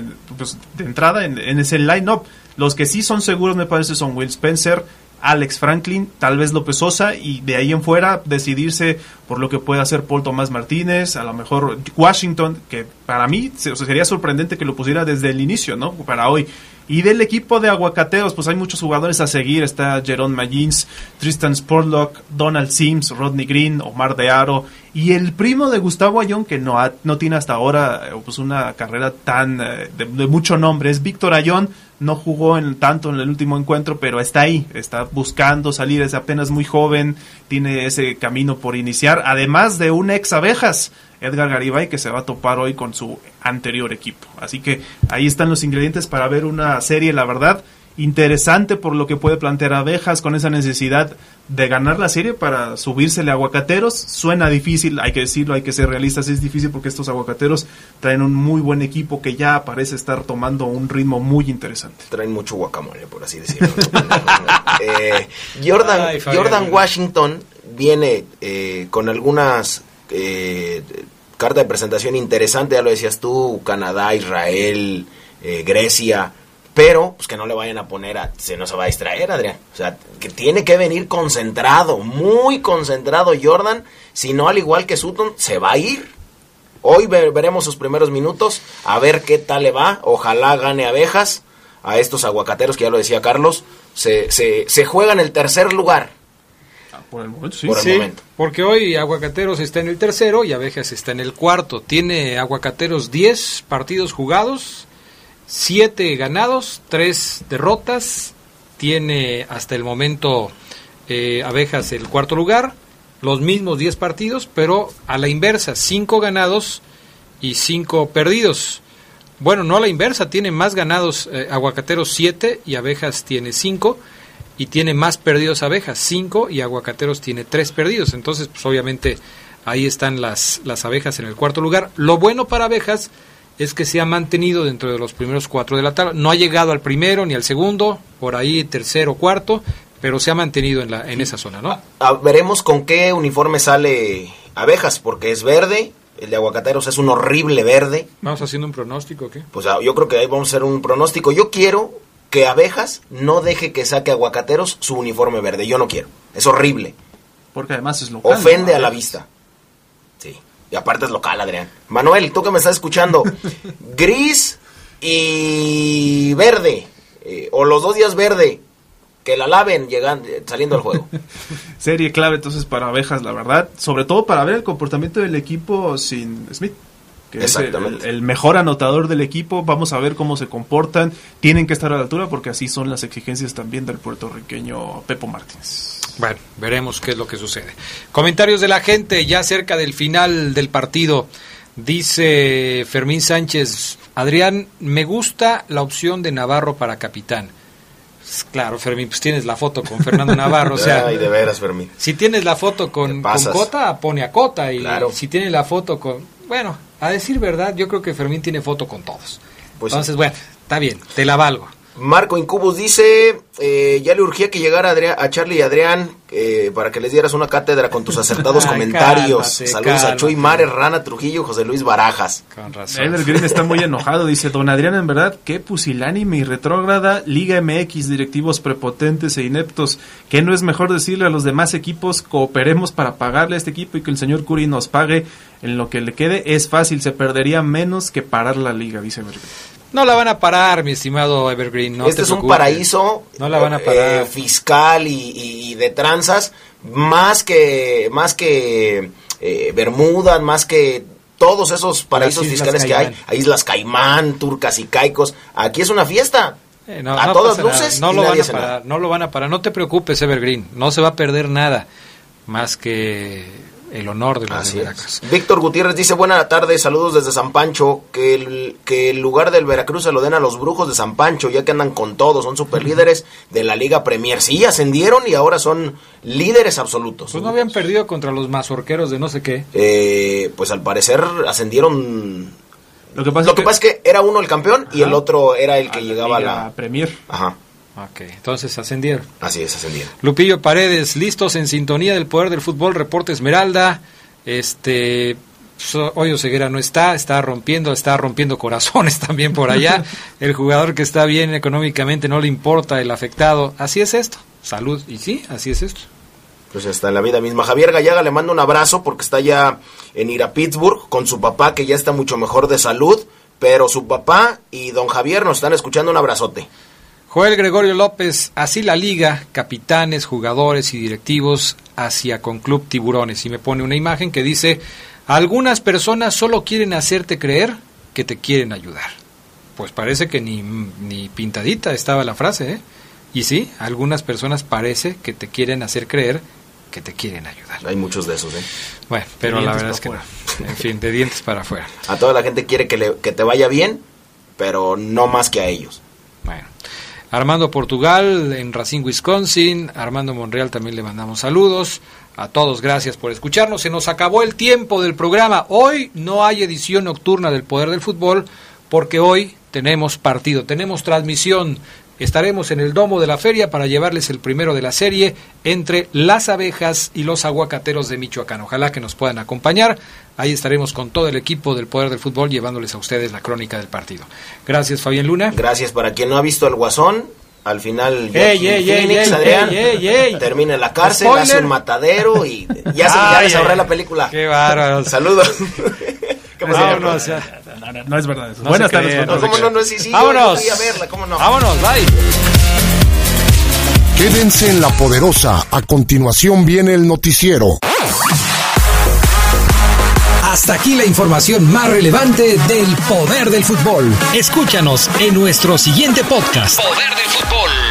de entrada en ese line-up? Los que sí son seguros, me parece, son Will Spencer, Alex Franklin, tal vez López Sosa, y de ahí en fuera decidirse por lo que puede hacer Paul Tomás Martínez, a lo mejor Washington, que para mí sería sorprendente que lo pusiera desde el inicio, ¿no? Para hoy. Y del equipo de Aguacateros, pues hay muchos jugadores a seguir. Está Jerome Magins, Tristan Sportlock, Donald Sims, Rodney Green, Omar de Aro, y el primo de Gustavo Ayón, que no tiene hasta ahora pues una carrera tan de mucho nombre, es Víctor Ayón. No jugó tanto en el último encuentro, pero está ahí, está buscando salir, es apenas muy joven, tiene ese camino por iniciar, además de un ex Abejas, Edgar Garibay, que se va a topar hoy con su anterior equipo. Así que ahí están los ingredientes para ver una serie, la verdad, interesante por lo que puede plantear Abejas, con esa necesidad de ganar la serie para subírsele a Aguacateros. Suena difícil, hay que decirlo, hay que ser realistas, es difícil porque estos Aguacateros traen un muy buen equipo que ya parece estar tomando un ritmo muy interesante. Traen mucho guacamole, por así decirlo. Jordan Washington viene con algunas cartas de presentación interesante, ya lo decías tú, Canadá, Israel, Grecia, pero pues que no le vayan a poner no se va a distraer, Adrián. O sea, que tiene que venir concentrado, muy concentrado Jordan, si no, al igual que Sutton, se va a ir. Hoy veremos sus primeros minutos, a ver qué tal le va. Ojalá gane Abejas a estos Aguacateros, que ya lo decía Carlos, se juegan el tercer lugar. Por el momento, sí. Por el momento. Porque hoy Aguacateros está en el tercero y Abejas está en el cuarto. Tiene Aguacateros 10 partidos jugados 7 ganados, 3 derrotas. Tiene hasta el momento Abejas el cuarto lugar, los mismos 10 partidos, pero a la inversa, 5 ganados y 5 perdidos. Bueno, no a la inversa, tiene más ganados Aguacateros 7 y Abejas tiene 5, y tiene más perdidos Abejas 5 y Aguacateros tiene 3 perdidos. Entonces, pues obviamente ahí están las Abejas en el cuarto lugar. Lo bueno para Abejas es que se ha mantenido dentro de los primeros 4 de la tabla. No ha llegado al primero ni al segundo, por ahí tercero, cuarto, pero se ha mantenido en esa zona, ¿no? Veremos con qué uniforme sale Abejas, porque es verde. El de Aguacateros es un horrible verde. ¿Vamos haciendo un pronóstico o qué? Pues yo creo que ahí vamos a hacer un pronóstico. Yo quiero que Abejas no deje que saque Aguacateros su uniforme verde. Yo no quiero. Es horrible. Porque además es local. Ofende a la vista. Sí. Y aparte es local, Adrián. Manuel, tú que me estás escuchando. Gris y verde. O los 2 días verde. Que la laven saliendo al juego. Serie clave entonces para Abejas, la verdad. Sobre todo para ver el comportamiento del equipo sin Smith, que es el mejor anotador del equipo. Vamos a ver cómo se comportan. Tienen que estar a la altura porque así son las exigencias también del puertorriqueño Pepo Martínez. Bueno, veremos qué es lo que sucede. Comentarios de la gente ya cerca del final del partido. Dice Fermín Sánchez: Adrián, me gusta la opción de Navarro para capitán. Claro, Fermín, pues tienes la foto con Fernando Navarro, o sea... Ay, de veras, Fermín. Si tienes la foto con Cota, pone a Cota, y claro. Si tienes la foto con... Bueno, a decir verdad, yo creo que Fermín tiene foto con todos. Pues entonces, bueno, está bien, te la valgo. Marco Incubus dice, ya le urgía que llegara a Charlie y Adrián para que les dieras una cátedra con tus acertados comentarios. Saludos a Chuy Mares, Rana Trujillo, José Luis Barajas. Con razón. Evergreen está muy enojado, dice: don Adrián, en verdad, qué pusilánime y retrógrada Liga MX, directivos prepotentes e ineptos. ¿Qué no es mejor decirle a los demás equipos cooperemos para pagarle a este equipo y que el señor Curi nos pague en lo que le quede? Es fácil, se perdería menos que parar la liga, dice Evergreen. No la van a parar, mi estimado Evergreen. No este es un paraíso no la van a parar. Fiscal y de tranzas, más que Bermuda, más que todos esos paraísos fiscales que hay. Islas Caimán, Turcas y Caicos. Aquí es una fiesta. A todas luces. No lo van a parar. No lo van a parar. No te preocupes, Evergreen. No se va a perder nada más que el honor de los de Veracruz. Víctor Gutiérrez dice: buena tarde, saludos desde San Pancho, que el lugar del Veracruz se lo den a los Brujos de San Pancho, ya que andan con todo, son super líderes de la Liga Premier. Sí, ascendieron y ahora son líderes absolutos. Pues no habían perdido contra los mazorqueros de no sé qué. Pues al parecer ascendieron. Lo que pasa es que era uno el campeón y el otro era el que llegaba a la Premier. Ajá. Ok, entonces ascendieron. Así es, ascendieron. Lupillo Paredes, listos en sintonía del poder del fútbol, reporte Esmeralda. Hoyo Ceguera no está rompiendo corazones también por allá. El jugador que está bien económicamente no le importa el afectado. Así es esto, salud, y sí, así es esto. Pues está en la vida misma. Javier Gallaga le manda un abrazo porque está ya en ir a Pittsburgh con su papá, que ya está mucho mejor de salud, pero su papá y don Javier nos están escuchando. Un abrazote. Joel Gregorio López: así la liga, capitanes, jugadores y directivos hacia con Club Tiburones. Y me pone una imagen que dice: algunas personas solo quieren hacerte creer que te quieren ayudar. Pues parece que ni pintadita estaba la frase, ¿eh? Y sí, algunas personas parece que te quieren hacer creer que te quieren ayudar. Hay muchos de esos, ¿eh? Bueno, pero la verdad es que no. En fin, de dientes para afuera. A toda la gente quiere que te vaya bien, pero no más que a ellos. Bueno. Armando Portugal en Racine, Wisconsin. Armando Monreal también le mandamos saludos. A todos, gracias por escucharnos. Se nos acabó el tiempo del programa. Hoy no hay edición nocturna del Poder del Fútbol porque hoy tenemos partido, tenemos transmisión. Estaremos en el Domo de la Feria para llevarles el primero de la serie entre las Abejas y los Aguacateros de Michoacán. Ojalá que nos puedan acompañar. Ahí estaremos con todo el equipo del Poder del Fútbol llevándoles a ustedes la crónica del partido. Gracias, Fabián Luna. Gracias. Para quien no ha visto El Guasón, al final Adrián termina en la cárcel, hace un matadero y ya les ahorré la película. Qué bárbaro. Saludos. No es verdad eso. Buenas tardes. No es sí. Vámonos. Yo fui a verla, ¿cómo no? Vámonos, bye. Quédense en La Poderosa. A continuación viene el noticiero. Hasta aquí la información más relevante del poder del fútbol. Escúchanos en nuestro siguiente podcast. Poder del fútbol.